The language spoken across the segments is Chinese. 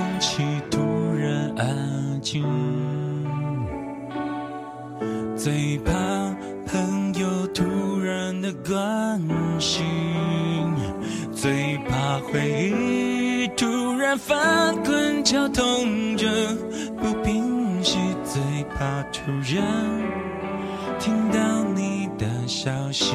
气突然安静，最怕朋友突然的关心，最怕回忆突然翻滚绞痛着不平息，最怕突然听到你的消息。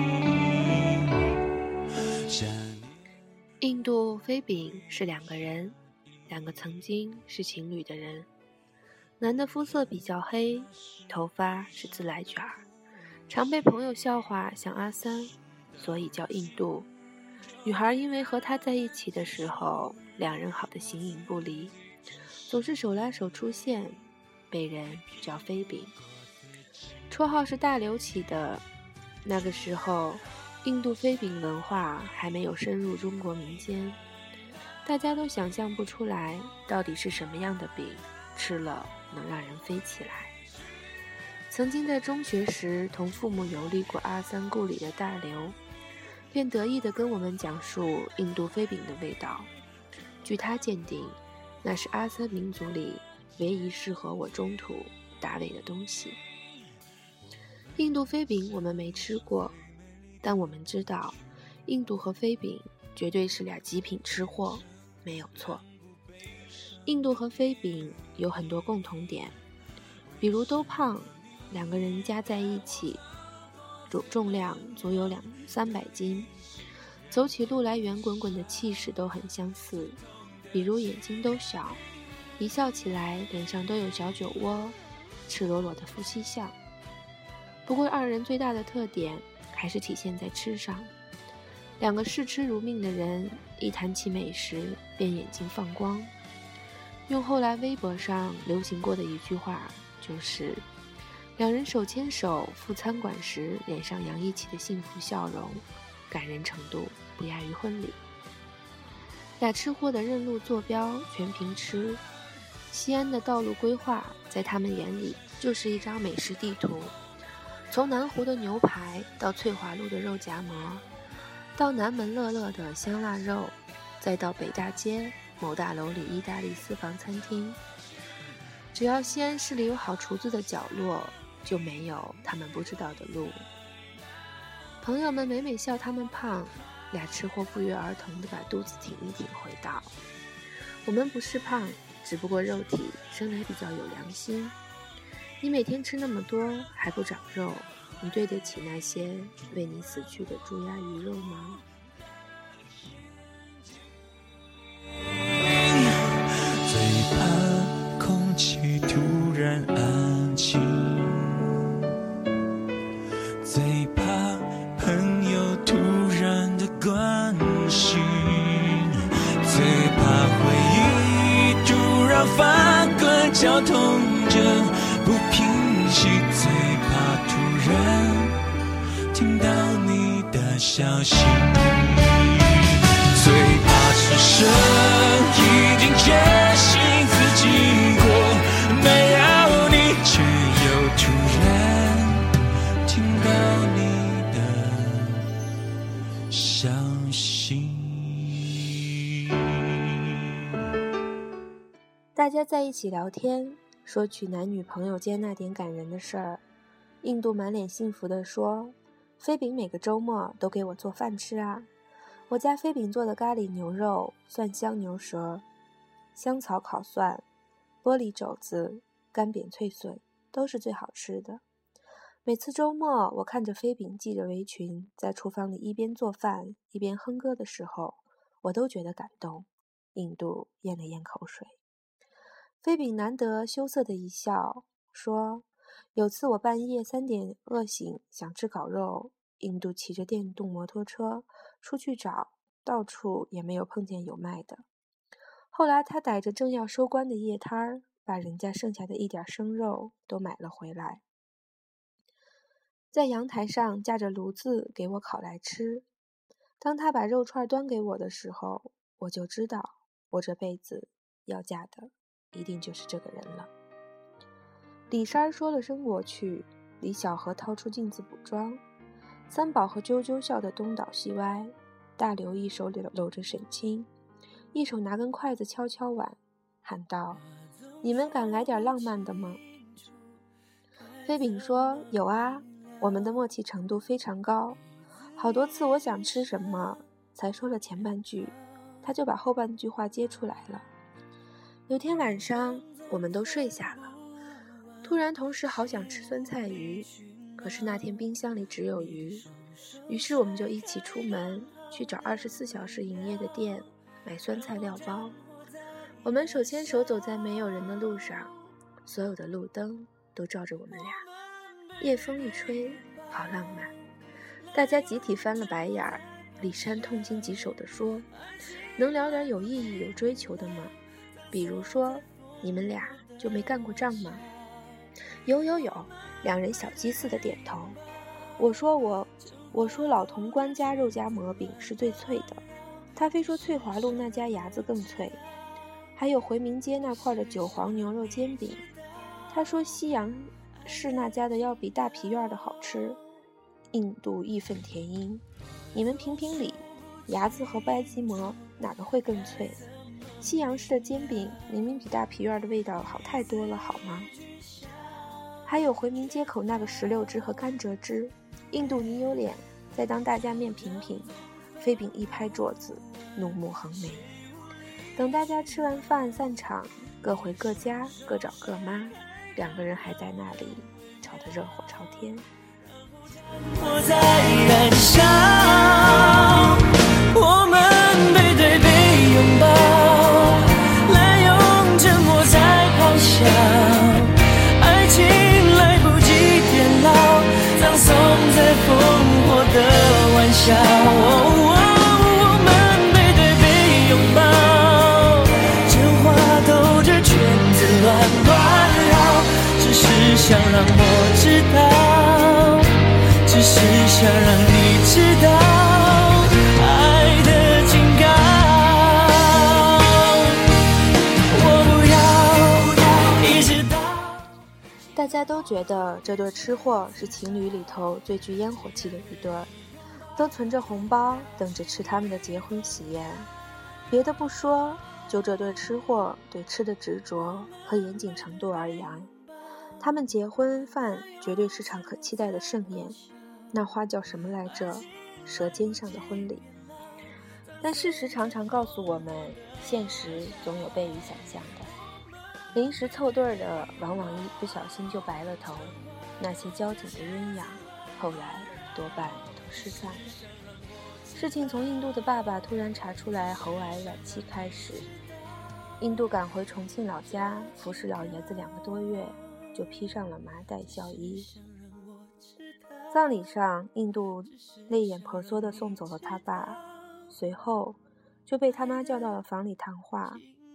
印度飞饼是两个人，两个曾经是情侣的人。男的肤色比较黑，头发是自来卷，常被朋友笑话像阿三，所以叫印度。女孩因为和他在一起的时候，两人好得形影不离，总是手拉手出现，被人叫飞饼。绰号是大刘起的，那个时候印度飞饼文化还没有深入中国民间，大家都想象不出来到底是什么样的饼吃了能让人飞起来。曾经在中学时同父母游历过阿三故里的大刘，便得意地跟我们讲述印度飞饼的味道。据他鉴定，那是阿三民族里唯一适合我中土大胃的东西。印度飞饼我们没吃过，但我们知道印度和飞饼绝对是俩极品吃货，没有错。印度和飞饼有很多共同点，比如都胖，两个人加在一起重量足有200-300斤，走起路来圆滚滚的气势都很相似，比如眼睛都小，一笑起来脸上都有小酒窝，赤裸裸的夫妻相。不过二人最大的特点还是体现在吃上，两个视吃如命的人一谈起美食便眼睛放光。用后来微博上流行过的一句话就是两人手牵手赴餐馆时脸上洋溢起的幸福笑容，感人程度不亚于婚礼。俩吃货的认路坐标全凭吃，西安的道路规划在他们眼里就是一张美食地图，从南湖的牛排到翠华路的肉夹馍，到南门乐乐的香辣肉，再到北大街某大楼里意大利私房餐厅。只要西安市里有好厨子的角落，就没有他们不知道的路。朋友们每每笑他们胖，俩吃货不约而同地把肚子挺一挺回道：我们不是胖，只不过肉体生来比较有良心。你每天吃那么多还不长肉，你对得起那些为你死去的猪鸭鱼肉吗？ 最怕空气突然安静，最怕朋友突然的关心，最怕回忆突然翻滚绞痛着不平息，最怕突然听到你的消息，最怕此生已经决心自己过，没有你却又突然听到你的消息。 大家在一起聊天，说起男女朋友间那点感人的事儿。印度满脸幸福地说：飞饼每个周末都给我做饭吃啊，我家飞饼做的咖喱牛肉、蒜香牛舌、香草烤蒜、玻璃肘子、干煸脆笋都是最好吃的。每次周末我看着飞饼系着围裙在厨房里一边做饭一边哼歌的时候，我都觉得感动。印度咽了咽口水。飞饼难得羞涩的一笑，说：有次我半夜3点饿醒，想吃烤肉，印度骑着电动摩托车出去找，到处也没有碰见有卖的。后来他逮着正要收官的夜摊儿，把人家剩下的一点生肉都买了回来，在阳台上架着炉子给我烤来吃。当他把肉串端给我的时候，我就知道我这辈子要嫁的一定就是这个人了。李三说了声我去，李小河掏出镜子补妆，三宝和啾啾笑得东倒西歪，大刘一手搂着沈清，一手拿根筷子敲敲碗， 喊道：你们敢来点浪漫的吗？飞饼说：有啊，我们的默契程度非常高，好多次我想吃什么才说了前半句，他就把后半句话接出来了。有天晚上我们都睡下了，突然同时好想吃酸菜鱼，可是那天冰箱里只有鱼，于是我们就一起出门去找24小时营业的店买酸菜料包。我们手牵手走在没有人的路上，所有的路灯都照着我们俩，夜风一吹，好浪漫。大家集体翻了白眼儿。李珊痛心疾首地说：能聊点有意义有追求的吗？比如说你们俩就没干过仗吗？有，两人小鸡似的点头。我说老潼关家肉夹馍饼是最脆的，他非说翠华路那家牙子更脆，还有回民街那块的韭黄牛肉煎饼，他说西洋市那家的要比大皮院的好吃。印度义愤填膺：你们评评理，牙子和白吉馍哪个会更脆？西洋式的煎饼明明比大皮院的味道好太多了，好吗？还有回民街口那个石榴汁和甘蔗汁，印度你有脸再当大家面品品。飞饼一拍桌子，怒目横眉。等大家吃完饭散场，各回各家，各找各妈，两个人还在那里吵得热火朝天。 我在燃烧，我们背对背拥抱，滥用沉默在咆哮，爱情来不及变老，葬送在烽火的玩笑。我们背对背拥抱，真话兜着圈子乱绕，只是想让我知道，只是想让你知道爱的警告。我不要一直到。 大家都觉得这对吃货是情侣里头最具烟火气的一对，都存着红包等着吃他们的结婚喜宴。别的不说，就这对吃货对吃的执着和严谨程度而言，他们结婚饭绝对是场可期待的盛宴。那话叫什么来着？舌尖上的婚礼。但事实常常告诉我们，现实总有悖于想象的。临时凑对的，往往一不小心就白了头。那些交警的鸳鸯，后来多半都失散了。事情从印度的爸爸突然查出来喉癌晚期开始。印度赶回重庆老家服侍老爷子2个多月，就披上了麻袋孝衣。葬礼上，印度泪眼婆娑地送走了他爸，随后就被他妈叫到了房里谈话。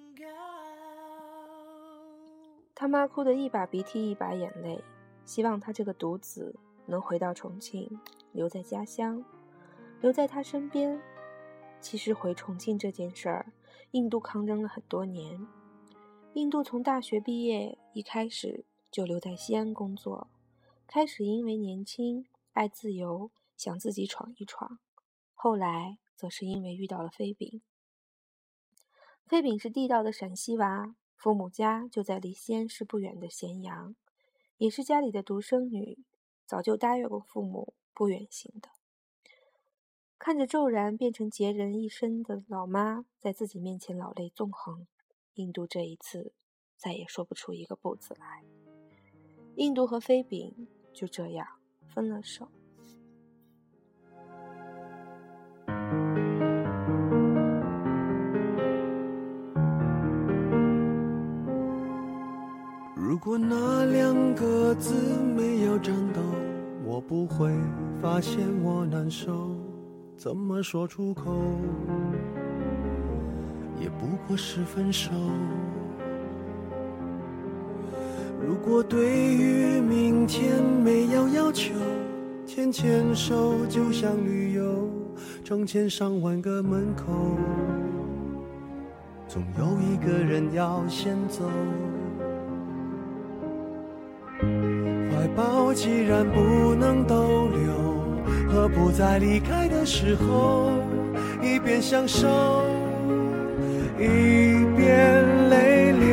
他妈哭得一把鼻涕一把眼泪，希望他这个独子能回到重庆，留在家乡，留在他身边。其实回重庆这件事儿，印度抗争了很多年。印度从大学毕业一开始就留在西安工作，开始因为年轻爱自由，想自己闯一闯，后来则是因为遇到了飞饼。飞饼是地道的陕西娃，父母家就在离西安市不远的咸阳，也是家里的独生女，早就答应过父母不远行的。看着骤然变成孑人一身的老妈在自己面前老泪纵横，印度这一次再也说不出一个不字来。印度和飞饼就这样分了手。 如果那2个字没有颤抖，我不会发现我难受，怎么说出口，也不过是分手。如果对于明天没有要求，牵牵手就像旅游，成千上万个门口，总有一个人要先走。怀抱既然不能逗留，何不在离开的时候，一边享受，一边泪流。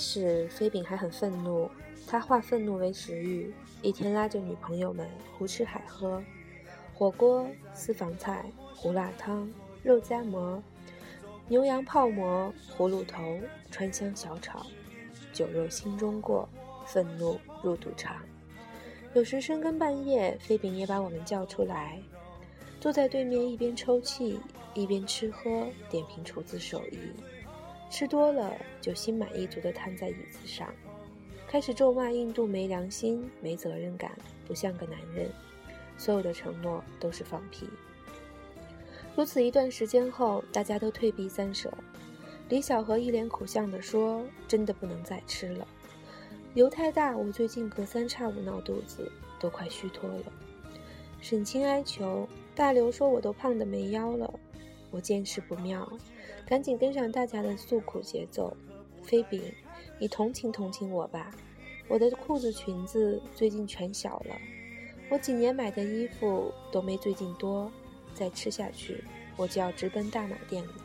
始飞饼还很愤怒，他化愤怒为食欲，一天拉着女朋友们胡吃海喝，火锅、私房菜、胡辣汤、肉夹馍、牛羊泡馍、葫芦头、川香小炒，酒肉心中过，愤怒入肚肠。有时深更半夜，飞饼也把我们叫出来，坐在对面一边抽泣一边吃喝，点评厨子手艺。吃多了就心满意足地瘫在椅子上，开始咒骂印度没良心、没责任感，不像个男人，所有的承诺都是放屁。如此一段时间后，大家都退避三舍。李小河一脸苦相地说：“真的不能再吃了，油太大，我最近隔三差五闹肚子，都快虚脱了。”沈清哀求，大刘说我都胖得没腰了。我见势不妙，赶紧跟上大家的诉苦节奏。飞饼，你同情同情我吧，我的裤子裙子最近全小了，我几年买的衣服都没最近多，再吃下去我就要直奔大马店了。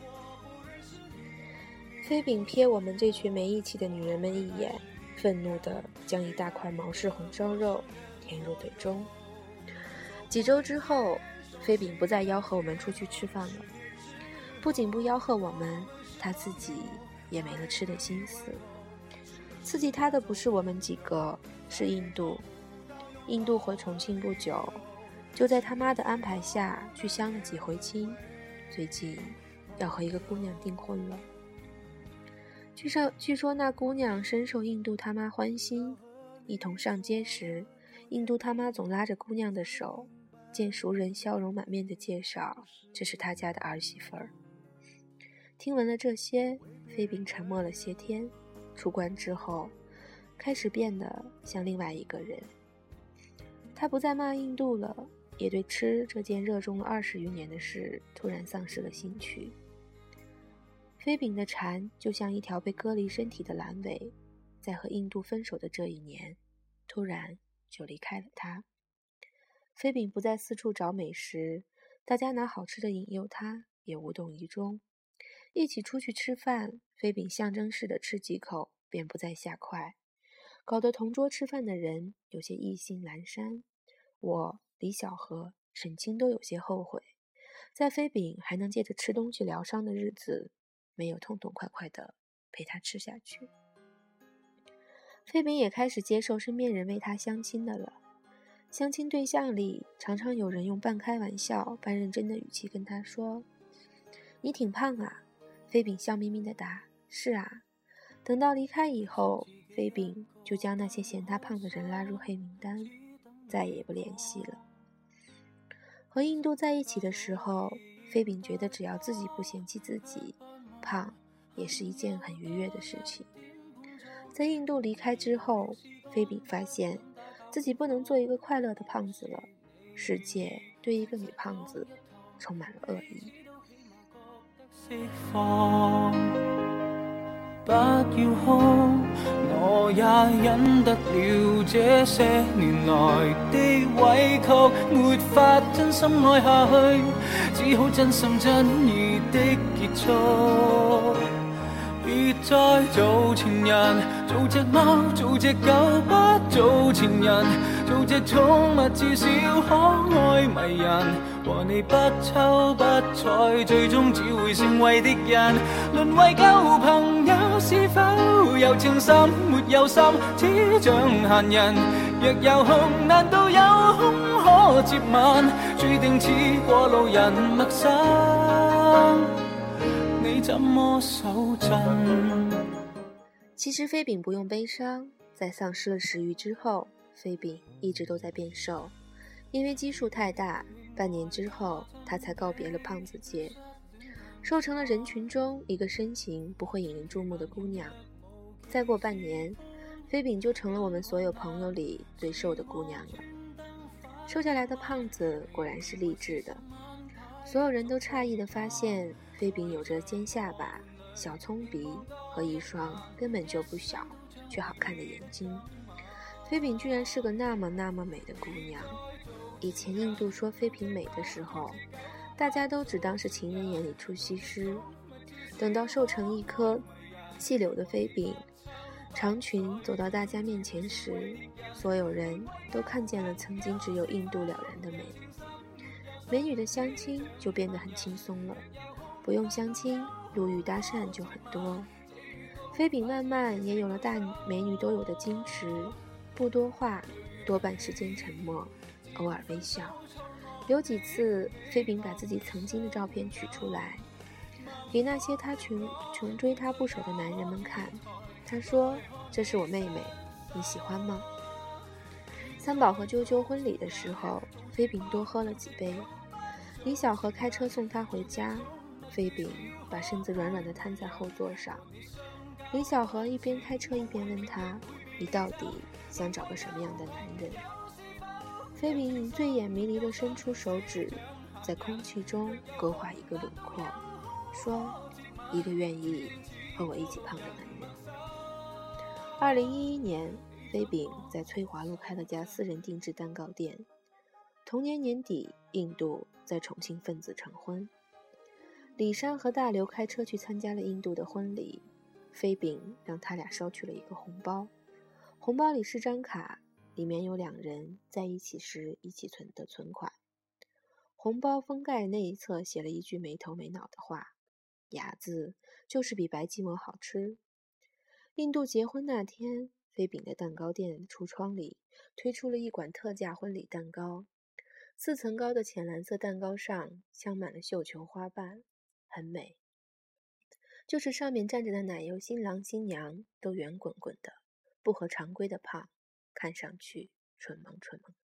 飞饼瞥我们这群没义气的女人们一眼，愤怒地将一大块毛氏红烧肉填入嘴中。几周之后，飞饼不再吆喝我们出去吃饭了。不仅不吆喝我们，他自己也没了吃的心思。刺激他的不是我们几个，是印度。印度回重庆不久，就在他妈的安排下去相了几回亲，最近要和一个姑娘订婚了。据说那姑娘深受印度他妈欢心，一同上街时，印度他妈总拉着姑娘的手，见熟人笑容满面的介绍，这是他家的儿媳妇儿。听闻了这些，飞饼沉默了些天，出关之后开始变得像另外一个人。他不再骂印度了，也对吃这件热衷了20余年的事突然丧失了兴趣。飞饼的蝉就像一条被割离身体的阑尾，在和印度分手的这一年，突然就离开了他。飞饼不再四处找美食，大家拿好吃的引诱他，也无动于衷。一起出去吃饭，飞饼象征式的吃几口，便不再下筷，搞得同桌吃饭的人有些意兴阑珊。我、李小河、沈清都有些后悔，在飞饼还能借着吃东西疗伤的日子，没有痛痛快快的陪他吃下去。飞饼也开始接受身边人为他相亲的了。相亲对象里，常常有人用半开玩笑、半认真的语气跟他说：“你挺胖啊。”飞饼笑眯眯地答：“是啊。”等到离开以后，飞饼就将那些嫌他胖的人拉入黑名单，再也不联系了。和印度在一起的时候，飞饼觉得只要自己不嫌弃自己，胖也是一件很愉悦的事情。在印度离开之后，飞饼发现自己不能做一个快乐的胖子了，世界对一个女胖子充满了恶意。 不要哭，我也忍得了這些年來的委屈，沒法真心愛下去，只好真心真意的結束。別再做前人，做隻貓，做隻狗，不做前人，做隻寵物，至少可愛迷人。和你不瞅不睬，最終只會成為敵人。淪為舊朋友，是否有情深沒有心，只像閒人。若有空，難道有空可接吻？注定似過路人陌生，你怎麼手震？ 其實飛餅不用悲傷，在喪失了食慾之後，飛餅一直都在變瘦，因為基數太大，半年之後他才告別了胖子界，瘦成了人群中一個身形不會引人注目的姑娘。再過半年，飛餅就成了我們所有朋友裡最瘦的姑娘了。瘦下來的胖子果然是勵志的，所有人都詫異地發現，飛餅有着尖下巴、小蔥鼻和一雙根本就不小卻好看的眼睛。飛餅居然是個那麼美的姑娘。以前印度說飛餅美的時候，大家都只當是情人眼裡出西施。等到瘦成一顆細柳的飛餅， 长裙走到大家面前时，所有人都看见了曾经只有印度了然的美。美女的相亲就变得很轻松了，不用相亲，路遇搭讪就很多。飞饼慢慢也有了大美女都有的矜持，不多话，多半时间沉默，偶尔微笑。有几次，飞饼把自己曾经的照片取出来，给那些他穷追他不舍的男人们看。他说：“这是我妹妹，你喜欢吗？”三宝和啾啾婚礼的时候，飞饼多喝了几杯。李小河开车送他回家，飞饼把身子软软地瘫在后座上。李小河一边开车一边问他：“你到底想找个什么样的男人？”飞饼醉眼迷离地伸出手指，在空气中勾画一个轮廓，说：“一个愿意和我一起胖的男人。”2011年，飞饼在翠华路开了家私人定制蛋糕店。同年年底，印度在重庆份子成婚。李珊和大刘开车去参加了印度的婚礼，飞饼让他俩捎去了一个红包，红包里是张卡，里面有2人在一起时一起存的存款。红包封盖那一侧写了一句没头没脑的话：“雅字就是比白吉馍好吃。”印度结婚那天，飞饼的蛋糕店橱窗里推出了一款特价婚礼蛋糕，4层高的浅蓝色蛋糕上镶满了绣球花瓣，很美。就是上面站着的奶油新郎新娘都圆滚滚的，不合常规的胖，看上去蠢萌蠢萌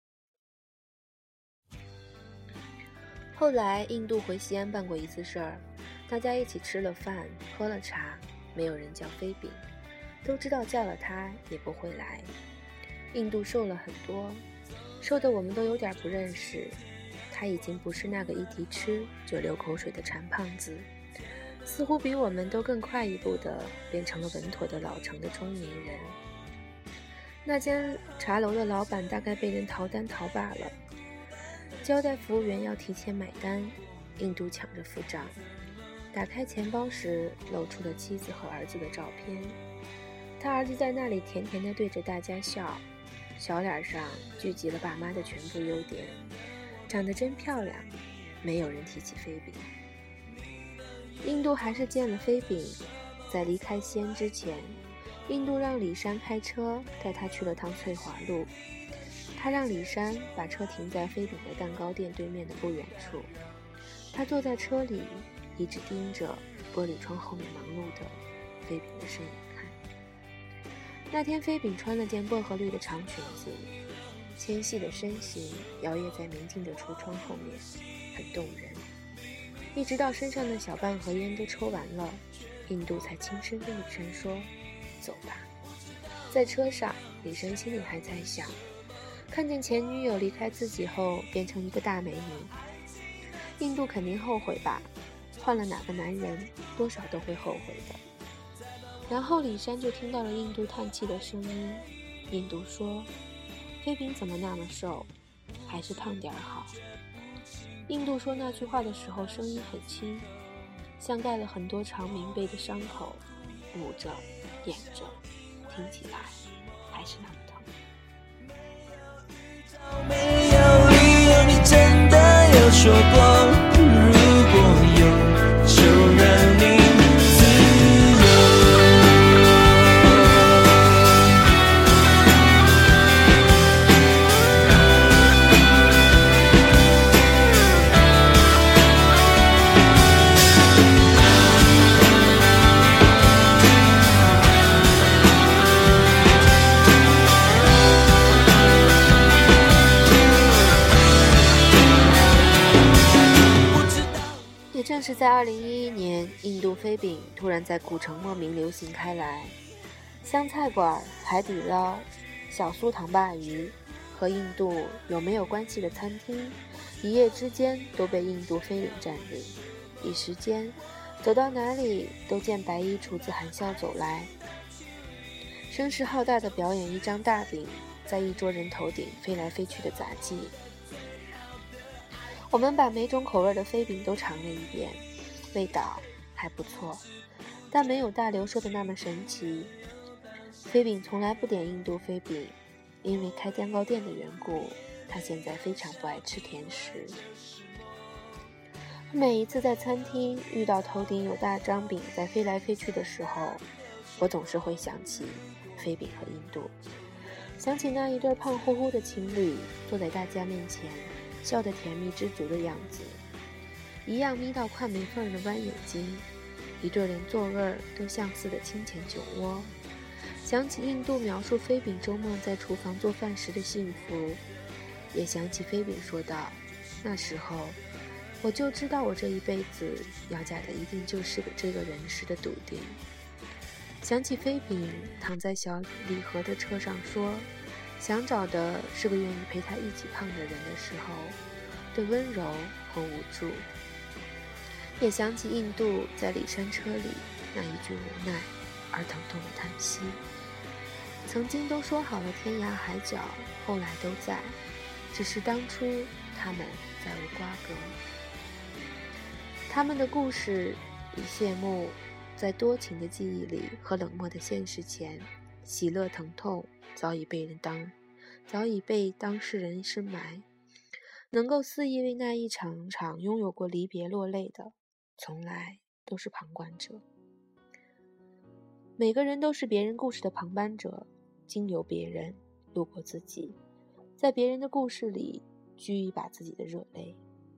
的。后来印度回西安办过一次事儿，大家一起吃了饭，喝了茶，没有人叫飞饼，都知道叫了他也不会来。印度瘦了很多，瘦得我们都有点不认识。他已经不是那个一提吃就流口水的馋胖子，似乎比我们都更快一步的变成了稳妥的老成的中年人。那间茶楼的老板大概被人逃单逃罢了，交代服务员要提前买单，印度抢着付账。打开钱包时露出了妻子和儿子的照片，他儿子在那里甜甜地对着大家笑，小脸上聚集了爸妈的全部优点，长得真漂亮。没有人提起飞饼。印度还是见了飞饼，在离开西安之前，印度让李珊开车带他去了趟翠华路。他让李珊把车停在飞饼的蛋糕店对面的不远处，他坐在车里，一直盯着玻璃窗后面忙碌的飞饼的身影看。那天飞饼穿了件薄荷绿的长裙子，纤细的身形摇曳在明净的橱窗后面，很动人。一直到身上的小半盒烟都抽完了，印度才轻声跟李珊说：“走吧。”在车上，李珊心里还在想，看见前女友离开自己后变成一个大美女，印度肯定后悔吧，换了哪个男人多少都会后悔的。然后李珊就听到了印度叹气的声音。印度说：“飞饼怎么那么瘦，还是胖点好。”印度说那句话的时候声音很轻，像盖了很多长棉被的伤口，捂着点着，听起来还是那么疼。 没有理由，你真的有说过，如果有就让你自由。 正是在2011年，印度飞饼突然在古城莫名流行开来，湘菜馆、海底捞、小苏糖鲅鱼和印度有没有关系的餐厅，一夜之间都被印度飞领占领。一时间，走到哪里都见白衣厨子含笑走来，声势浩大的表演一张大饼在一桌人头顶飞来飞去的杂技。我们把每种口味的飞饼都尝了一遍，味道还不错，但没有大刘说的那么神奇。 飞饼从来不点印度飞饼，因为开蛋糕店的缘故，他现在非常不爱吃甜食。每一次在餐厅遇到头顶有大张饼在飞来飞去的时候，我总是会想起飞饼和印度，想起那一对胖乎乎的情侣坐在大家面前笑得甜蜜知足的样子，一样眯到快没缝的弯眼睛，一对连座位都相似的清浅酒窝。想起印度描述飞饼周末在厨房做饭时的幸福，也想起飞饼说道，那时候我就知道我这一辈子要嫁的一定就是个这个人时的笃定。想起飞饼躺在小礼盒的车上说，想找的是个愿意陪他一起胖的人的时候的温柔和无助，也想起印度在里山车里那一句无奈而疼痛的叹息。曾经都说好了天涯海角，后来都在，只是当初他们再无瓜葛。他们的故事已谢幕，在多情的记忆里和冷漠的现实前，喜乐疼痛早已被当事人深埋。能够肆意为那一场场拥有过离别落泪的，从来都是旁观者。每个人都是别人故事的旁观者，经由别人路过自己，在别人的故事里掬一把自己的热泪。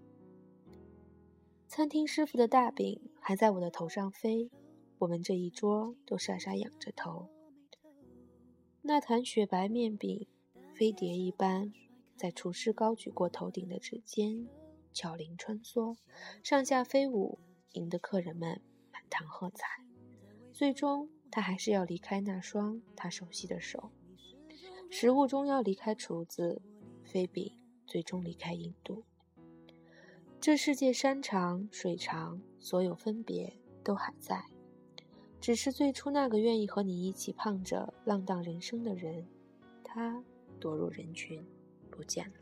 餐厅师傅的大饼还在我的头上飞，我们这一桌都傻傻仰着头。那坛雪白面饼飞碟一般在厨师高举过头顶的指尖巧灵穿梭，上下飞舞，引得客人们满堂喝彩。最终他还是要离开那双他熟悉的手，食物终要离开厨子，飞饼最终离开印度。这世界山长水长，所有分别都还在，只是最初那个愿意和你一起胖着浪荡人生的人，他躲入人群不见了。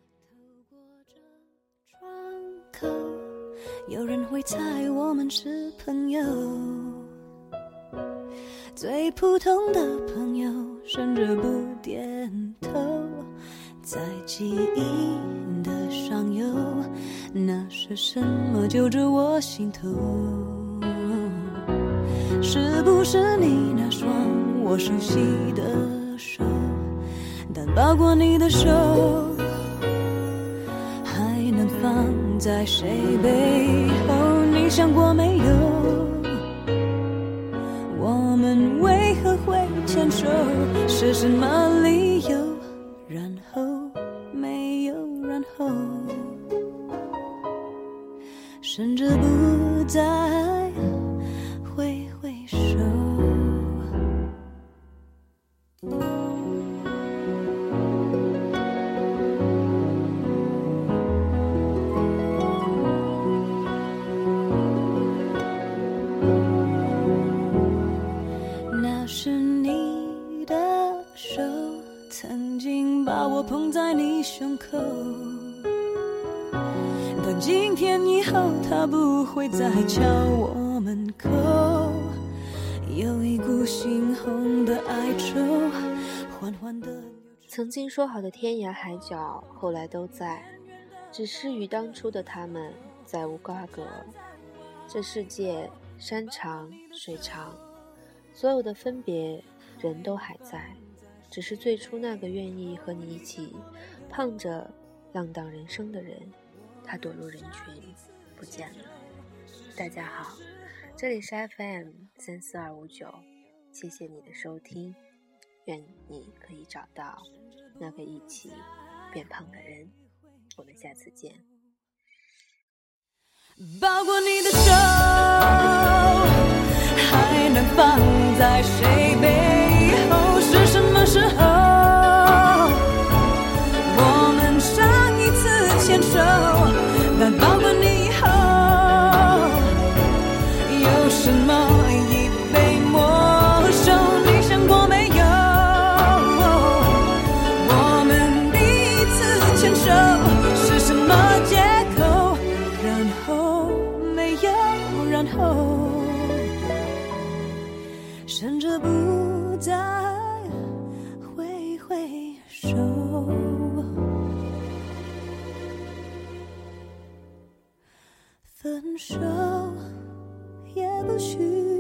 透过这窗口，有人会猜我们是朋友，最普通的朋友，甚至不点头，在记忆的上游，那是什么揪着我心头？是不是你那双我熟悉的手，但抱过你的手还能放在谁背后？你想过没有，我们为何会牵手？是什么理由？然后没有然后，甚至不再挥挥手。那是你的手，曾经把我捧在你胸口，但今天以后他不会再敲我门口，有一股猩红的哀愁缓缓地。 曾经说好的天涯海角，后来都在，只是与当初的他们再无瓜葛。这世界山长水长，所有的分别人都还在，只是最初那个愿意和你一起胖着浪荡人生的人，他躲入人群不见了。大家好，这里是 FM34259，谢谢你的收听，愿你可以找到那个一起变胖的人，我们下次见。 抱过你的手还能放在谁背后？是什么时候我们上一次牵手？但抱过你以后，有什么已被没收？你想过没有，我们第一次牵手是什么借口？然后没有然后，甚至不再手，也不需